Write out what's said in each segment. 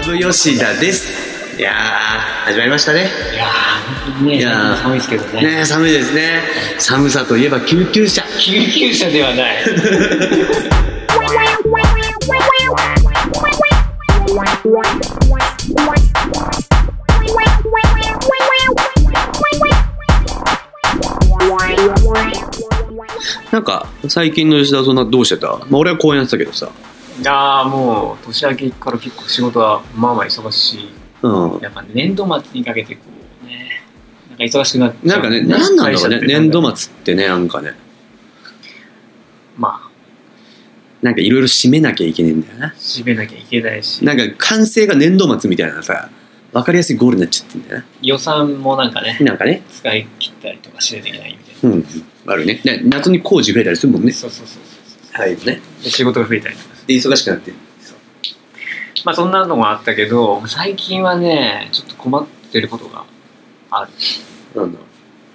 ブ吉田です。いやー始まりましたね。 いやー本当にね、寒いですけどね。 ね、寒いですね。寒さといえば救急車。 救急車ではないなんか最近の吉田さんはどうしてた？俺は公園やってたけどさ。 いやーもう年明けから結構仕事はまあまあ忙しい、やっぱ年度末にかけてこうね、なんか忙しくなっちゃう、 なんかね、なんなんだろうね、年度末ってね、なんかね、 まあなんかいろいろ締めなきゃいけないんだよな。 締めなきゃいけないし、 なんか完成が年度末みたいなさ、分かりやすいゴールになっちゃってんだよな。 予算もなんかね使い切ったりとかしないといけないみたいな、 あるね。夏に工事増えたりするもんね。 そうはいね。 で仕事が増えたりとかで忙しくなってる。 まあそんなのもあったけど、最近はねちょっと困ってることがある。 なんだ。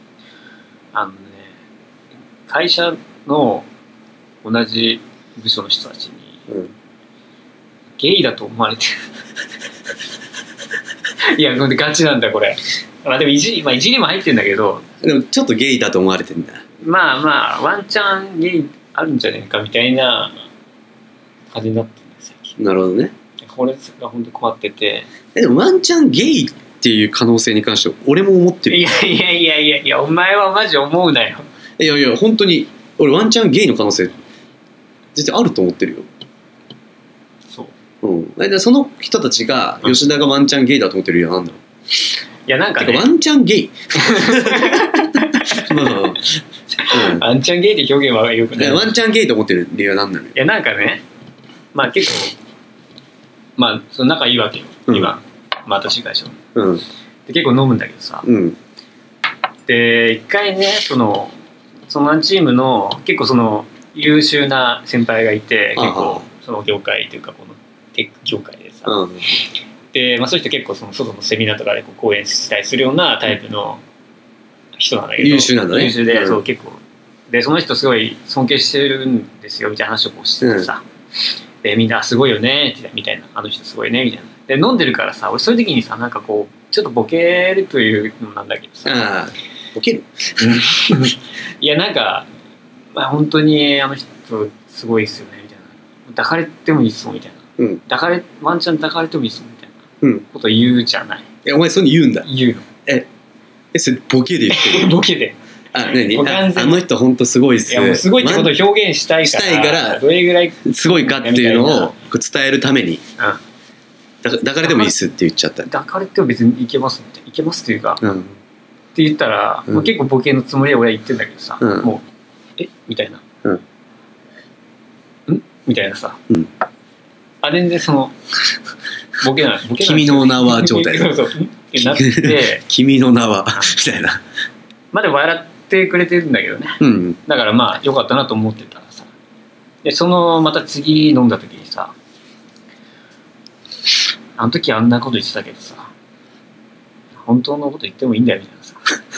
会社の同じ部署の人たちに、ゲイだと思われてるいやこれガチなんだこれ。まあでもいじりも入ってんだけど、 でもちょっとゲイだと思われてんだ。 まあワンチャンゲイあるんじゃねえかみたいな感じになってるんですよ最近。 なるほどね。これが本当に困ってて。 でもワンチャンゲイっていう可能性に関しては俺も思ってる。 いやお前はマジ思うなよ。 いや本当に俺ワンチャンゲイの可能性絶対あると思ってるよ。 そう。 だいたいその人たちが吉田がワンチャンゲイだと思ってるよ。なんだろう。 いやなんかね、 ワンチャンゲイワンチャンゲイって表現はよくない。 ワンチャンゲイと思ってる理由は何なのよ。 いやなんかね、まあ結構まあその仲いいわけよ、今まあ私会社の、で結構飲むんだけどさ、で一回ねそのチームの結構その優秀な先輩がいて、結構その業界というかこのテック業界でさ、で、まあ、そういう人結構その外のセミナーとかでこう講演したりするようなタイプの人なんだけど、 優秀なんだね。 優秀で、そう結構でその人すごい尊敬してるんですよみたいな話をこうしててさ、でみんなすごいよねみたいな、あの人すごいねみたいなで飲んでるからさ、俺そういう時にさなんかこうちょっとボケるというのなんだけどさ、 ボケるいやなんか、まあ、本当にあの人すごいっすよねみたいな、抱かれてもいいっすもんみたいな、ワンチャン抱かれてもいいっすもんみたいなこと言うじゃない。 お前そういうの言うんだ。 言うの。 それボケで言ってるボケで。 何？あの人本当すごいっす。 いやもうすごいってことを表現したいからどれぐらいすごいかっていうのを伝えるために、抱かれてもいいっすって言っちゃった。 抱かれても別にいけますっていけますっていうか、って言ったら、結構ボケのつもりで俺は言ってんだけどさ、もうみたいな、みたいなさ、全然そのボケない君の名は状態そうってなって君の名はみたいな。 まあでも笑ってくれてるんだけどね、だからまあ良かったなと思ってたらさ、でそのまた次飲んだ時にさ、あの時あんなこと言ってたけどさ本当のこと言ってもいいんだよみたいなさ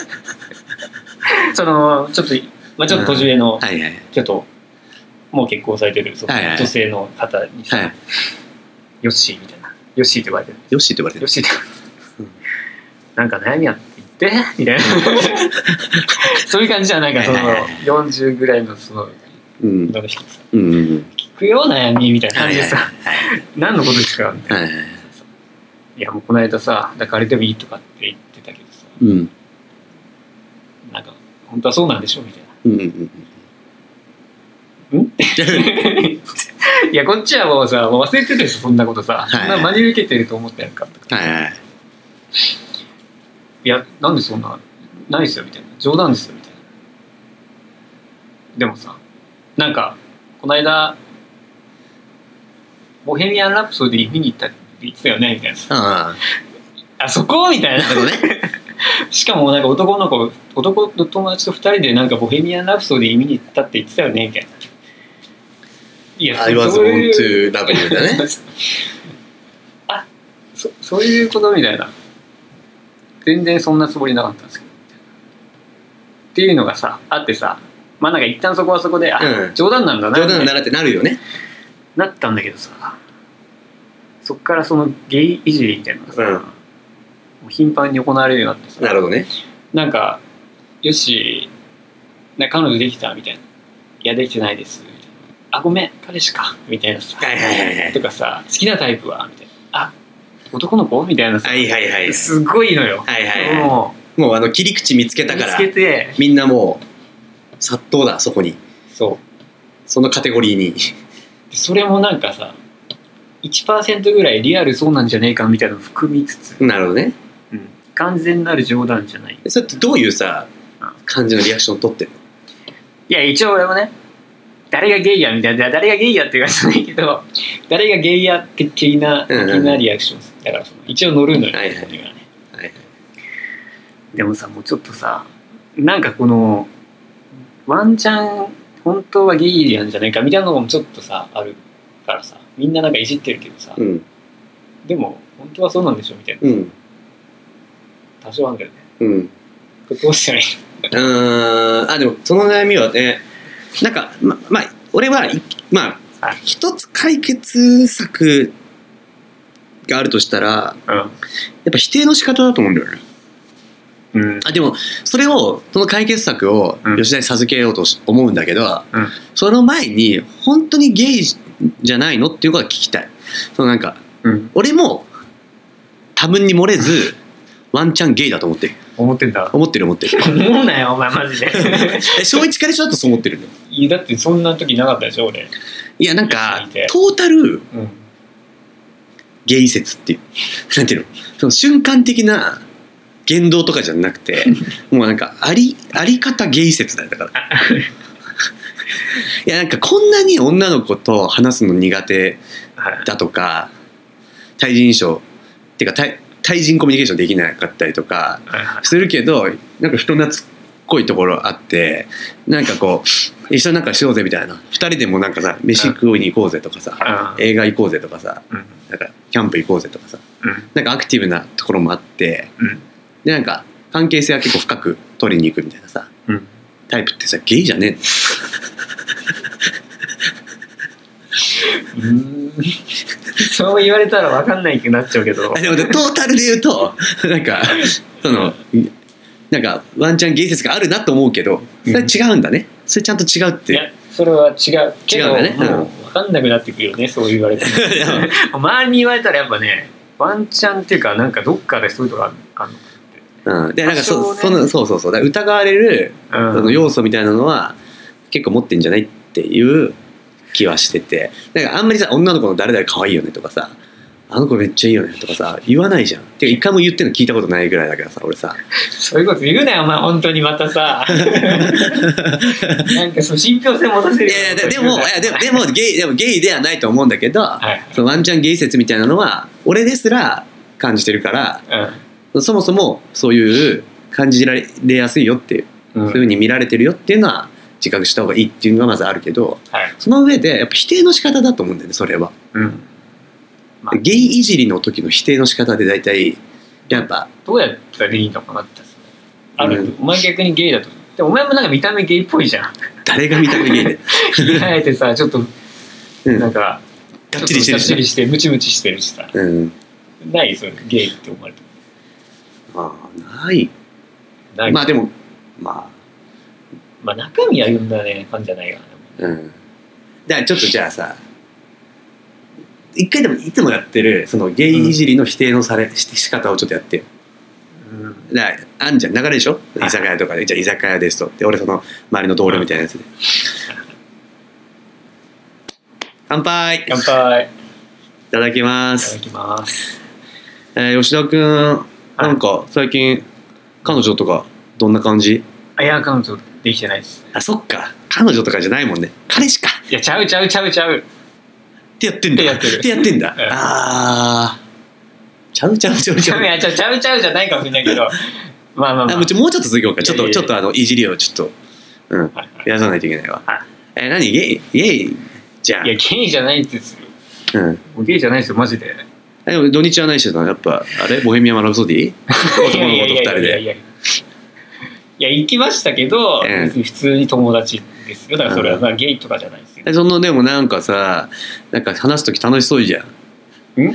そのちょっと年上の、ちょっともう結婚されてる女性の方にさ、ヨッシーみたいな、ヨッシーって言われてる。ヨッシーって言われてる。なんか悩みあって言ってみたいなそういう感じじゃないか、その40ぐらいのその女の人さ、聞くよ悩みみたいな感じでさ、何のことですかみたいな。いやもうこの間さ抱かれてもいいとかって言ってたけどさ、なんか本当はそうなんでしょみたいな。いやこっちはもうさ忘れてるでしょそんなことさ、そんな真に受けてると思ってやるかとか、いやなんでそんなないですよみたいな、冗談ですよみたいな。でもさなんかこの間ボヘミアン・ラプソディ見に行ったって言ってたよねみたいな、あそこみたいなしかもなんか男の友達と2人でなんかボヘミアン・ラプソディ見に行ったって言ってたよねみたいな。いや I was born to love you だねそういうことみたいな、全然そんなつもりなかったんですけどっていうのがさあってさ、まあなんか一旦そこはそこで冗談なんだな冗談なんだなってなるよね。 なったんだけどさ、 そっからそのゲイいじりみたいなのがさ、もう頻繁に行われるようになってさ。 なるほどね。 なんかよし彼女できたみたいな、いやできてないですみたいな、あごめん彼氏かみたいなさ、とかさ、好きなタイプはみたいな、あ男の子みたいなさ、すごいのよ。 もう切り口見つけたから見つけて、 みんなもう殺到だそこに。そのカテゴリーに。 それもなんかさ 1% ぐらいリアルそうなんじゃねえかみたいなの含みつつ。 なるほどね。 完全なる冗談じゃない。 それってどういうさ感じのリアクションを取ってるの？ いや一応俺もね、誰がゲイやみたいな、誰がゲイやって言われてないけど、誰がゲイや的なリアクションだから一応乗るのよ、でもさ、もうちょっとさ、なんかこのワンチャン本当はゲイなんじゃないかみたいなのもちょっとさあるからさ、みんななんかいじってるけどさ、でも本当はそうなんでしょみたいな、多少あるんだよね。これどうしたらいい？ でもその悩みはね、なんかまあ俺は一つ解決策があるとしたら、やっぱ否定の仕方だと思うんだよね。でもその解決策を吉田に授けようと思うんだけど、その前に本当にゲイじゃないのっていうことが聞きたい。なんか、俺も多分に漏れずワンチャンゲイだと思ってる。思ってる思うなよお前マジで。 小一から一緒だとそう思ってるんだよ。 いやだってそんな時なかったでしょ俺。いやなんかトータル、ゲイ説っていうなんていうの、その瞬間的な言動とかじゃなくてもうなんかあり方ゲイ説だよ。だからいやなんかこんなに女の子と話すの苦手だとか、対人相っていうか対人コミュニケーションできなかったりとかするけど、なんか人懐っこいところあって、なんかこう一緒になんかしようぜみたいな、2人でもなんかさ飯食いに行こうぜとかさ、映画行こうぜとかさ、なんかキャンプ行こうぜとかさ、なんかアクティブなところもあって、でなんか関係性は結構深く取りに行くみたいなさ、タイプってさゲイじゃねえそう言われたら分かんないくなっちゃうけどでもトータルで言うとなんかなんかワンチャンゲイ説があるなと思うけど、それ違うんだね。それちゃんと違うって。 いやそれは違うけど、ね、もう分かんなくなってくるよね、そう言われて周りに言われたらやっぱね、ワンチャンっていうかなんかどっかでそういうとこあるのかって、 でなんかそうだ疑われる、その要素みたいなのは結構持ってんじゃないっていう気はしてて、だからあんまりさ女の子の誰々可愛いよねとかさ、あの子めっちゃいいよねとかさ言わないじゃん。てか一回も言ってんの聞いたことないぐらいだけどさ、俺さそういうこと言うなよお前本当にまたさなんかその信憑性持たせる。 でもゲイではないと思うんだけど、そのワンチャンゲイ説みたいなのは俺ですら感じてるから、そもそもそういう感じられやすいよっていう、そういう風に見られてるよっていうのは自覚した方がいいっていうのがまずあるけど、その上でやっぱ否定の仕方だと思うんだよね、それは。ゲイいじりの時の否定の仕方で大体やっぱどうやったらいいのかなってある、お前逆にゲイだと。でもお前もなんか見た目ゲイっぽいじゃん。 誰が見た目ゲイであえてさちょっとなんかがっちりしてムチムチしてるしさ、ないそれゲイって思われてないまあでもまあ中身は読んだね感じじゃないかな。 だからちょっとじゃあさ、一回でもいつもやってるそのゲイいじりの否定の仕方をちょっとやってよ。だからあんじゃん流れでしょ、居酒屋とかで、じゃあ居酒屋ですとって俺その周りの同僚みたいなやつで、乾杯。 乾杯。 いただきます。 いただきます。 吉田くんなんか最近彼女とかどんな感じ？ いや彼女できてないです。 そっか、彼女とかじゃないもんね、彼氏か。 いやちゃうってやってんだ。ああ、ちゃうじゃないかもしれないけどまあもうちょっと続けようか。ちょっといじりをちょっとやらさないといけないわ。何ゲイじゃん。 いやゲイじゃないですよ。もうゲイじゃないですよマジで。 でも土日は何してたの？やっぱあれボヘミアン・ラプソディ男の子と2人で。 いや行きましたけど、普通に友達ですよ。だからそれはゲイとかじゃないですよ。 でもなんかさ、なんか話すとき楽しそうじゃん。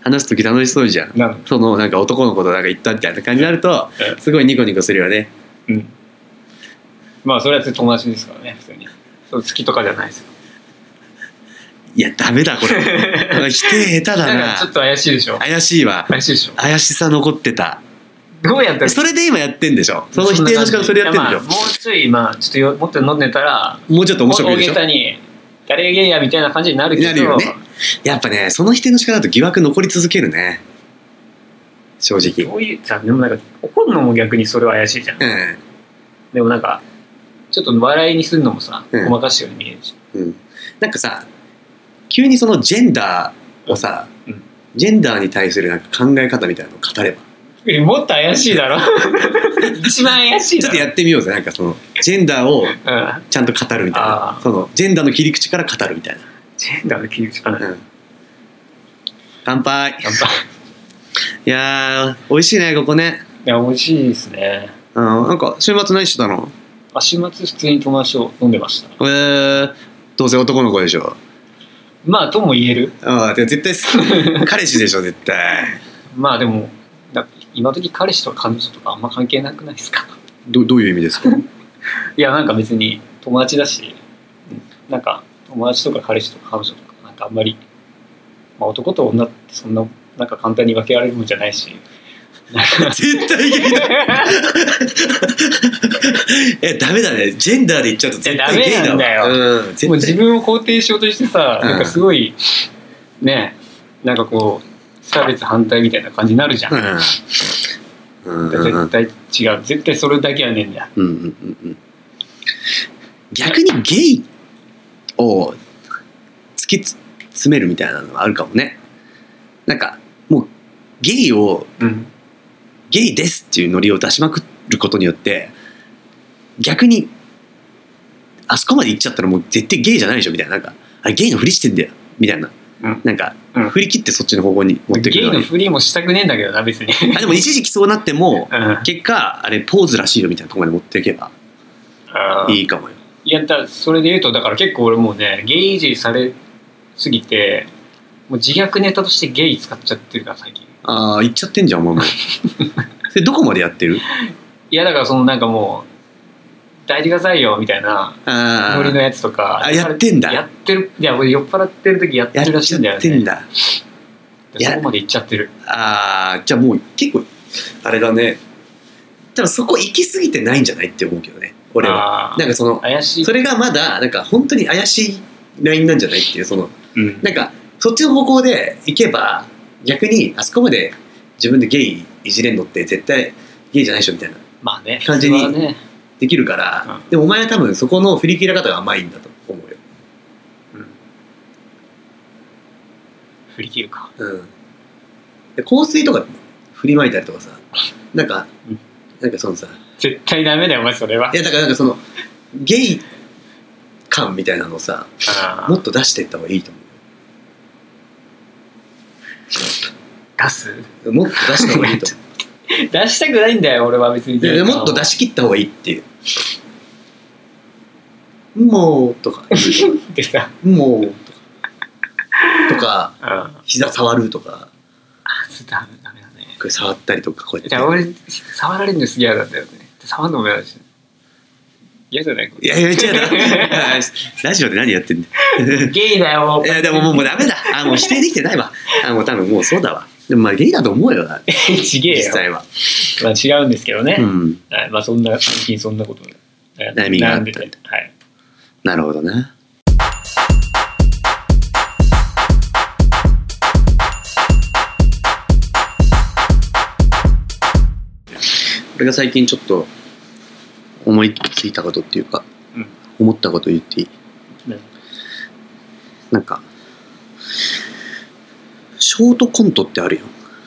話す時楽しそうじゃん。そのなんか男の子となんか言ったみたいな感じになるとすごいニコニコするよね。 うん。まあそれは友達ですからね普通に。そう好きとかじゃないですよ。 いやダメだこれ否定下手だ な。 ちょっと怪しいでしょ。 怪しいわ。 怪しいでしょ。 怪しさ残ってた。 どうやったらそれで今やってんでしょ。その否定の仕方それやってんでしょ。 もうちょいちょっともっと飲んでたらもうちょっと面白くでしょ。 大げさに誰ゲイやみたいな感じになるけど。なるよね。 やっぱねその否定の仕方だと疑惑残り続けるね。正直。 そういうさでもなんか怒るのも逆にそれは怪しいじゃん。でもなんかちょっと笑いにするのもさ、ごまかしてるように見えるし。 なんかさ急にそのジェンダーをさ、ジェンダーに対するなんか考え方みたいなのを語れば。 もっと怪しいだろ一番怪しいだろ。 ちょっとやってみようぜ。なんかそのジェンダーをちゃんと語るみたいな、そのジェンダーの切り口から語るみたいな。 ジェンダーの切り口から、 乾杯。いやー美味しいねここね。 いや美味しいですね。 なんか週末何してたの？ 週末普通に友達と飲んでました。 どうせ男の子でしょ。 まあとも言える。 絶対彼氏でしょ絶対。 まあでも今時彼氏とか彼女とかあんま関係なくないですか？ どういう意味ですか？ いやなんか別に友達だし、なんか友達とか彼氏とか彼女とかなんかあんまり、男と女ってそんななんか簡単に分けられるもんじゃないし。 絶対ゲイだ。ダメだね。ジェンダーで言っちゃうと絶対ゲイだわ。 ダメなんだよ。もう自分を肯定しようとしてさ、なんかすごいね、なんかこう差別反対みたいな感じになるじゃん。絶対違う。絶対それだけはねえんだ。 逆にゲイを突き詰めるみたいなのはあるかもね。なんかもうゲイを、ゲイですっていうノリを出しまくることによって逆にあそこまで行っちゃったらもう絶対ゲイじゃないでしょみたいな、なんかあれゲイのふりしてんだよみたいな、なんか振り切ってそっちの方向に持ってくる。 ゲイのふりもしたくねえんだけどな別に。 でも一時期そうなっても、結果あれポーズらしいよみたいなところまで持っていけばいいかもよ。 いやそれで言うとだから結構俺もうねゲイいじりされすぎてもう自虐ネタとしてゲイ使っちゃってるから最近。 言っちゃってんじゃんお前も。それどこまでやってる？ いやだからそのなんかもう抱いてくださいよみたいなノリのやつとかやってんだ。 やってる。いや俺酔っ払ってる時やってるらしいんだよね。 やってんだ。 そこまで行っちゃってる。 じゃあもう結構あれだね。多分そこ行き過ぎてないんじゃないって思うけどね俺は。なんかその怪しい、それがまだなんか本当に怪しいラインなんじゃないっていうその、なんかそっちの方向で行けば逆にあそこまで自分でゲイいじれんのって絶対ゲイじゃないでしょみたいな感じにできるから、でもお前は多分そこの振り切ら方が甘いんだと思うよ。 振り切るか。 で香水とか振りまいたりとかさ、なんかそのさ絶対ダメだよお前それは。 いやだからなんかそのゲイ感みたいなのをさもっと出していった方がいいと思う。 出す？ もっと出した方がいいと思う。 出したくないんだよ俺は別に。 もっと出し切った方がいいっていう。もうとかでさもうとか膝触るとか。 ダメだね。 これ触ったりとかこうやって。 俺触られるの好き嫌だったよね。触るのも嫌だし。嫌じゃない？ いや違うラジオで何やってんだよ。 ゲイだよ。 いやでももうダメだ。もう否定できてないわ。もう多分もうそうだわ。でもまあゲイだと思うよ。 ちげえよ。 実際は。 まあ違うんですけどね。まあそんな最近そんなこと悩みがあった。はい。なるほどな。俺が最近ちょっと思いついたことっていうか、思ったこと言っていい？なんかショートコントってあるよ、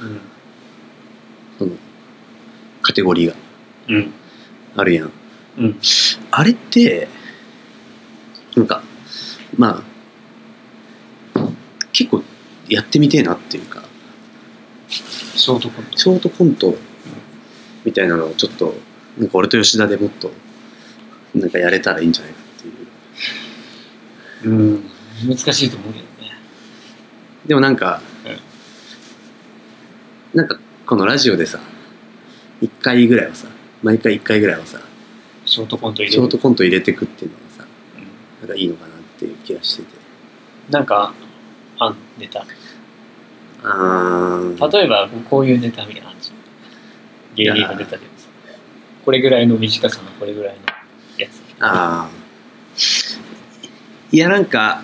そのカテゴリーが、あるやん、あれってなんかまあ結構やってみてえなっていうか、 ショートコントみたいなのをちょっとなんか俺と吉田でもっとなんかやれたらいいんじゃないかっていう。 難しいと思うけどね。 でもなんか、 なんかこのラジオでさ1回ぐらいはさ毎回1回ぐらいはさショートコント入れてくっていうのがさ、なんかいいのかなっていう気がしてて、 なんかネタ例えばこういうネタみたいな感じ芸人のネタでさこれぐらいの短さのこれぐらいのやついやなんか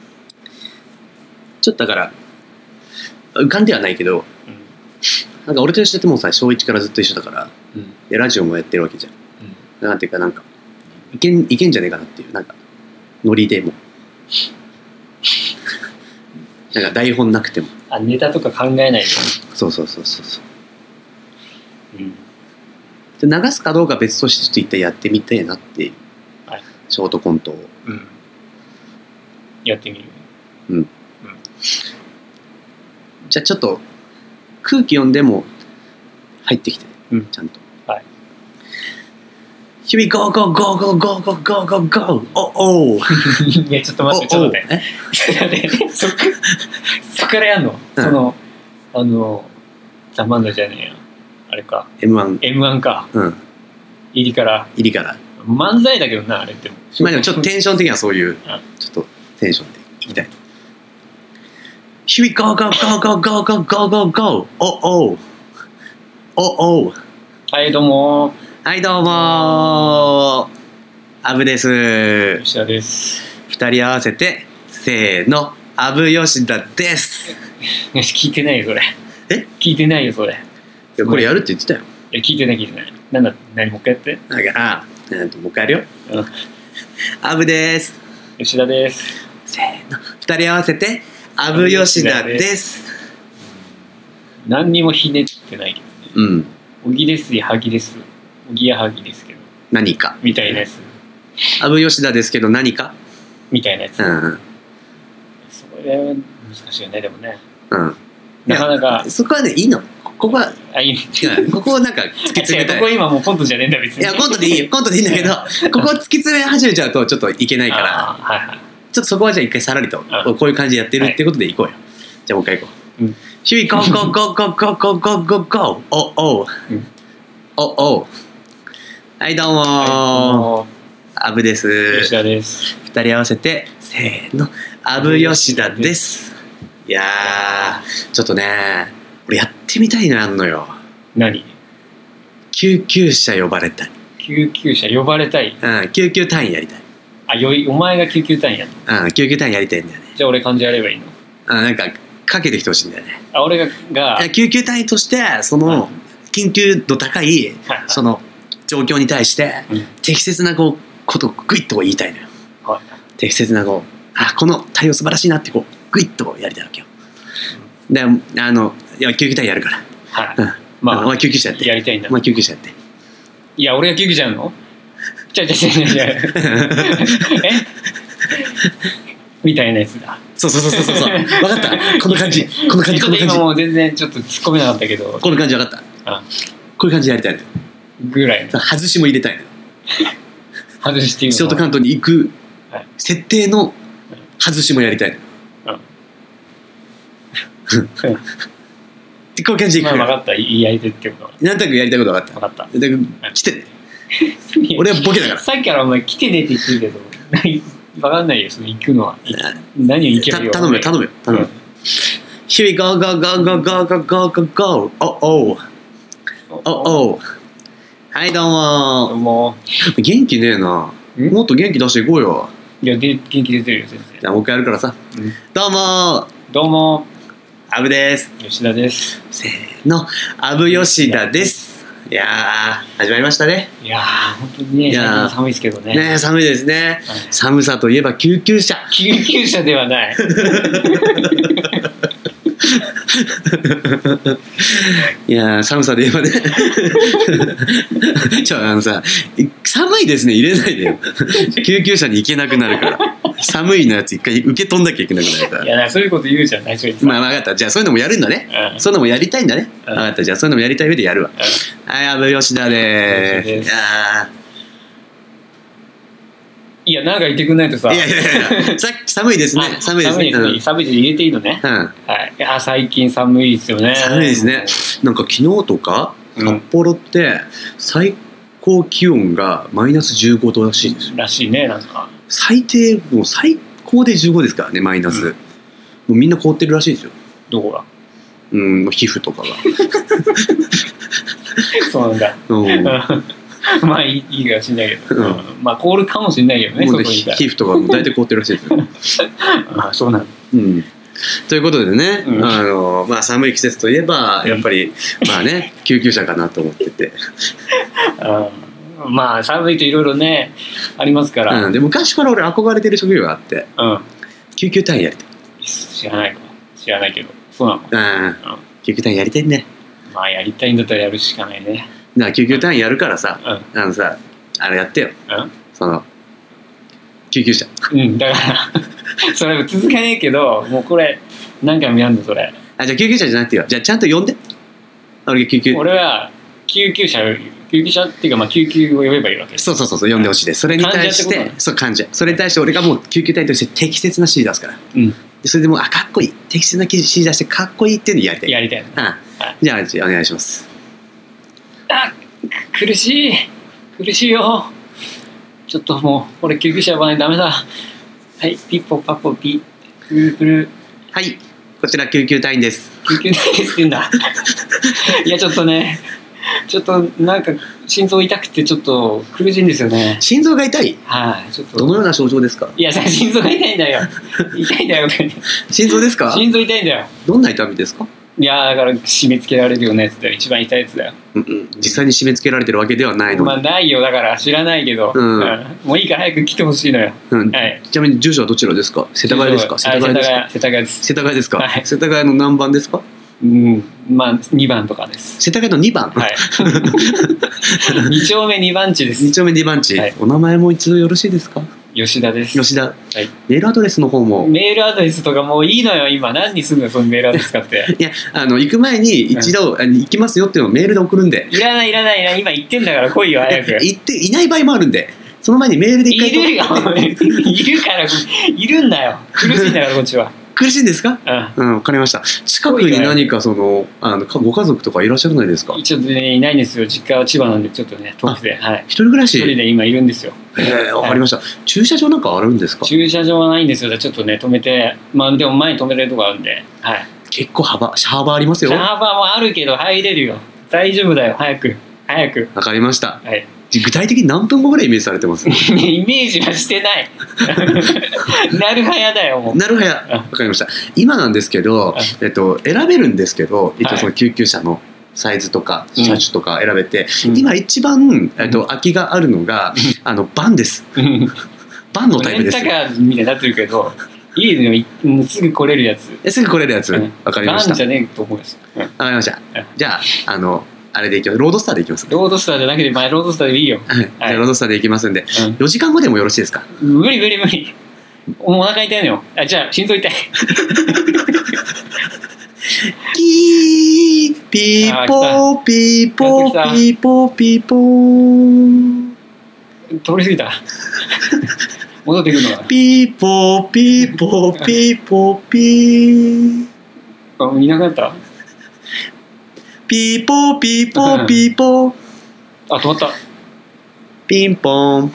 ちょっとだから浮かんではないけど、なんか俺と吉田ってもうさ小1からずっと一緒だから、でラジオもやってるわけじゃん、なんていうかなんかいけんじゃねえかなっていうなんかノリでもなんか台本なくてもネタとか考えないでそう、で流すかどうか別として一体やってみたいなっていう、ショートコントを、 やってみる。 じゃあちょっと空気読んでも入ってきて、ちゃんと。Here we go go go go go go go go go oh oh いやちょっと待ってそっからやんの、そのザ・マンダじゃねえやあれか M1 か、入りから漫才だけどなあれってまあでもちょっとテンション的にはそういうちょっとテンションでいきたい。Here we go go go go go go go go go oh oh oh oh はいどうもアブです。 吉田です。 2人合わせてせーのアブ吉田です。 聞いてないよそれ。聞いてないよそれ。 いやこれやるって言ってたよ。 聞いてない。何もう一回やって。 だからもう一回やるよ。アブです。 吉田です。 せーの2人合わせてアブ吉田です。 何にもひねってないけどね。おぎですやはぎです。おぎやはぎですけど何かみたいなやつ。 アブ吉田ですけど何かみたいなやつ。それは難しいよねでもね。なかなかそこはねいいの。ここはここをなんか突き詰めたい。 ここ今もうコントじゃねえんだ別に。 いやコントでいいよコントでいいんだけどここを突き詰め始めちゃうとちょっといけないからちょっとそこはじゃあ一回さらりとこういう感じでやってるってことでいこうよ。じゃあもう一回いこう。Here we go go go go go go go go go oh oh oh oh はいどうもアブです。 吉田です。 2人合わせてせーのアブ吉田です。いやーちょっとね俺やってみたいのあんのよ。 何？ 救急車呼ばれたい。 救急車呼ばれたい？ 救急隊員やりたい。 お前が救急隊員やんの？ 救急隊員やりたいんだよね。 じゃあ俺漢字やればいいの？ なんかかけてきてほしいんだよね。 俺が救急隊員としてその緊急度高いその状況に対して適切なことをグイッと言いたいのよ。適切なこの対応素晴らしいなってグイッとやりたいわけよ。でいや救急隊員やるから。まあ救急車やって。 やりたいんだ。 まあ救急車やって。 いや俺が救急車やるの？じゃみたいなやつだ。 そう分かった。この感じ今もう全然ちょっと突っ込めなかったけどこの感じ分かった。こういう感じでやりたいのよ。 ぐらいの外しも入れたいのよ。 外しっていうのショートカウントに行く設定の外しもやりたいのよ。こういう感じでいくから。 分かった。やりたいってことはなんとなくやりたいこと分かった。来てね。俺はボケだからさっきからお前来てねって言ってるけど分かんないよその行くのは。何を行けばいいよ。 頼む。Here we go go go go go go go go go oh oh oh oh はいどうも元気ねえな。もっと元気出していこうよ。 いや元気出てるよ全然。 じゃあもう一回やるからさ。どうもアブです。 吉田です。 せーのアブ吉田です。いやー始まりましたね。 いやー本当にね寒いですけどね。 ね寒いですね。寒さといえば救急車ではないいや寒さで言えばねさ寒いですね入れないでよ救急車に行けなくなるから寒いのやつ一回受け取んなきゃいけなくなるから。 いやそういうこと言うじゃん最初に。 まあ分かった。じゃあそういうのもやるんだね。そういうのもやりたいんだね。分かった。じゃあそういうのもやりたい上でやるわ。はいアブ吉田でーす。 いやなんか言ってくんないとさ。 いやさっき寒いですね。寒いですね。 寒いで入れていいのね。はい。最近寒いですよね。 寒いですね。 なんか昨日とか札幌って最高気温がマイナス15度らしいですよ。 らしいね。なんか最低もう最高で15ですからね、マイナス、もうみんな凍ってるらしいですよ。 どこが？ 皮膚とかがそうなんだ。まあいいかもしれないけど、まあ凍るかもしれないけどね、 外にいたら皮膚とかも大体凍ってるらしいですよあ、そうなんだ。 ということでね、まあ、寒い季節といえばやっぱり、まあね救急車かなと思っててまあ寒いといろいろねありますから、 で昔から俺憧れてる職業があって、救急隊員やりたい。 知らないけど、そうなの？ 救急隊員やりたいね。 まあやりたいんだったらやるしかないね。 だから救急隊員やるからさ、あれやってよ、その救急車。 だからそれ続かねえけど、もうこれ何回もやんのそれ。 じゃあ救急車じゃなくてよ、じゃあちゃんと呼んで。 俺は救急車っていうか、まあ救急を呼べばいいわけ。 そう呼んでほしいです。それに対して患者、それに対して俺がもう救急隊として適切な指示出すから、それでもうかっこいい、適切な指示出してかっこいいっていうのやりたい。じゃあお願いします。 苦しいよ。ちょっともう俺救急車呼ばないとダメだ。はい、ピッポパポピプルプル。 はい、こちら救急隊員です。 救急隊員ですって言うんだいやちょっとなんか心臓痛くてちょっと苦しいんですよね。 心臓が痛い？ ちょっと。 どのような症状ですか？ いや心臓が痛いんだよ心臓ですか？ 心臓痛いんだよ。 どんな痛みですか？いやだから締め付けられるようなやつだよ。一番痛いやつだよ。 実際に締め付けられてるわけではないの。 まあないよ、だから知らないけど、もういいから早く来てほしいのよ。 ちなみに住所はどちらですか？世田谷ですか？世田谷ですか？ 世田谷です。 世田谷ですか？世田谷の何番ですか？ まあ2番とかです。 世田谷の2番。 2丁目2番地です。 2丁目2番地。お名前も一度よろしいですか？ 吉田です。 吉田。メールアドレスの方も。 メールアドレスとかもういいのよ。今何にすんのよ、そのメールアドレス使って。 いや行く前に一度行きますよっていうのをメールで送るんで。 いらない今言ってんだから来いよ早く。 行っていない場合もあるんで、その前にメールで一回いるよいるからいるんだよ。苦しいんだからこっちは。 苦しいんですか？わかりました。近くに何かご家族とかいらっしゃらないですか？ ちょっとねいないんですよ。実家は千葉なんでちょっとね遠くで。 一人暮らし？ 一人で今いるんですよ。 わかりました。駐車場なんかあるんですか？ 駐車場はないんですよ。ちょっとね止めて、まあでも前に止めれるとこあるんで。 結構車幅ありますよ。 車幅もあるけど入れるよ。大丈夫だよ。早く。 わかりました。具体的に何分後ぐらいイメージされてます？ イメージはしてないなるはやだよもう。 なるはや。わかりました。今なんですけど、選べるんですけど、一応その救急車のサイズとか車種とか選べて、今一番空きがあるのがバンです。バンのタイプです。 レンタカーみたいになってるけど、いいのすぐ来れるやつ。 すぐ来れるやつ。わかりました。 バンじゃねえと思います。 わかりました。じゃああれでいきます。ロードスターでいきます。 ロードスターじゃなくて前ロードスターでいいよ。 じゃあロードスターでいきますんで、4時間後でもよろしいですか？ 無理お腹痛いのよ。じゃあ心臓痛いキーピーポーピーポーピーポーピーポー。 通り過ぎた戻ってくるのかな。 ピーポーピーポーピーポーピー。 いなくなった。 ピーポーピーポーピーポー。 止まった。 ピンポン。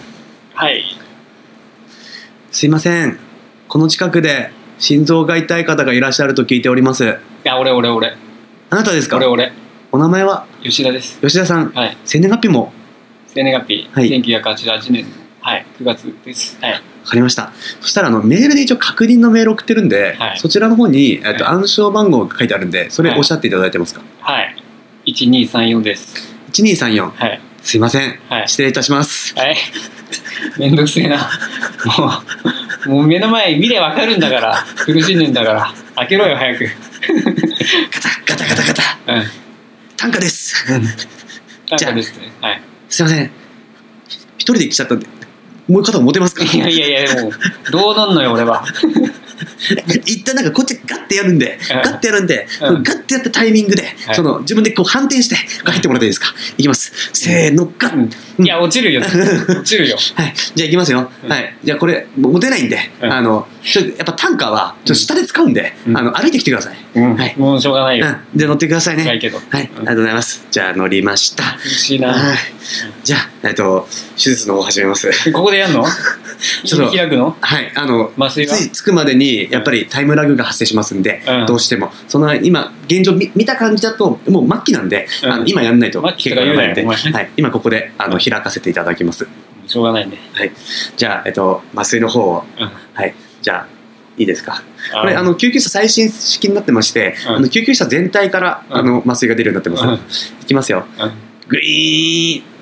すいません、この近くで心臓が痛い方がいらっしゃると聞いております。 いや俺あなたですか？ 俺。 お名前は？ 吉田です。 吉田さん。生年月日も？ 生年月日1988年9月です。わかりました。そしたらメールで一応確認のメール送ってるんで、そちらの方に暗証番号が書いてあるんで、それおっしゃっていただいてますか？ 1234です。 1234。すいません、失礼いたします。 めんどくせえなもう目の前見ればわかるんだから。苦しんでんだから開けろよ早くガタ単価です。じゃあすいません、一人で来ちゃったんでもう片方持てますか？ いやもうどうなんのよ俺は一旦こっちガッてやるんで、ガッてやったタイミングで自分で反転して入ってもらっていいですか？いきます。せーのガッ。 いや落ちるよ落ちるよはい、じゃあいきますよ、はい、じゃあこれ持てないんで、ちょっとやっぱタンカーはちょっと下で使うんで、歩いてきてください、はい、 もうしょうがないよ、 で乗ってくださいね。 はい、ありがとうございます。じゃあ乗りました。 嬉しいな。 じゃあ手術の方始めます。 ここでやんの？ ちょっと開くの？ はい、 麻酔はついつくまでにやっぱりタイムラグが発生しますんで、どうしてもその今現状見た感じだともう末期なんで、今やんないと結構やばいんで、はい、今ここで開かせていただきます。 しょうがないんで。 はい。じゃあ麻酔の方を、はい。じゃあいいですか。これ救急車最新式になってまして、救急車全体から麻酔が出るようになってます。いきますよ。グリーン。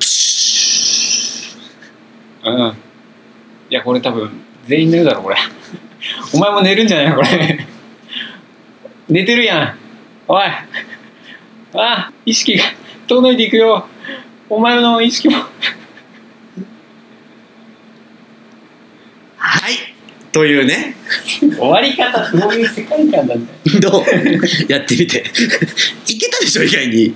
いやこれ多分全員寝るだろこれ。お前も寝るんじゃないのこれ。寝てるやん。おい。意識が遠のいていくよ。お前の意識も。 はいというね。 終わり方どういう世界観なんだよ。 どうやってみて。いけたでしょ意外に。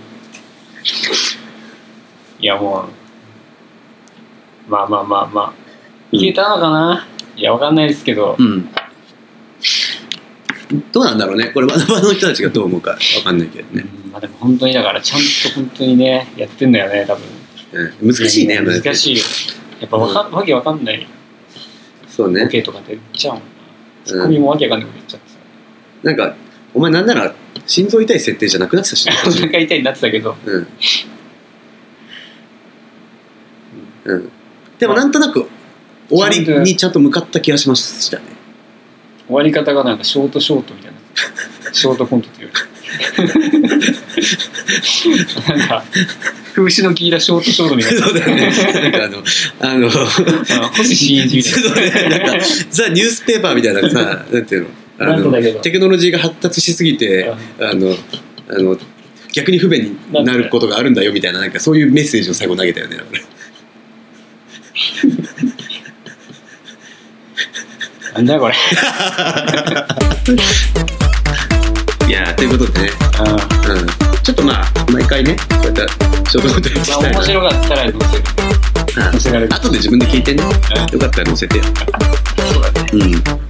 いやもうまあいけたのかな。いやわかんないですけど、 どうなんだろうね。これワナバの人たちがどう思うかわかんないけどね。 でも本当にだからちゃんと本当にねやってんだよね多分。 難しいね。 難しいよ。やっぱわけわかんない。 そうね。 ボケとかで言っちゃうもんな。ツッコミもわけわかんないこと言っちゃってさ。 なんかお前なんなら心臓痛い設定じゃなくなってたしね。 お腹痛いになってたけど。 でもなんとなく終わりにちゃんと向かった気がしましたね。 終わり方がなんかショートみたいな。ショートコントっていうなんか風刺の効いたショートみたいな。 そうだよね。なんか星新一みたいな。 なんかザ・ニュースペーパーみたいなさ、なんていうの、テクノロジーが発達しすぎて逆に不便になることがあるんだよみたいな、なんかそういうメッセージを最後投げたよね。 なんだこれ。 いやということでね、ちょっと毎回ねこうやってショートコントやってきたいな。 面白かったら載せる。 後で自分で聞いてね、よかったら載せてよ。 そうだね。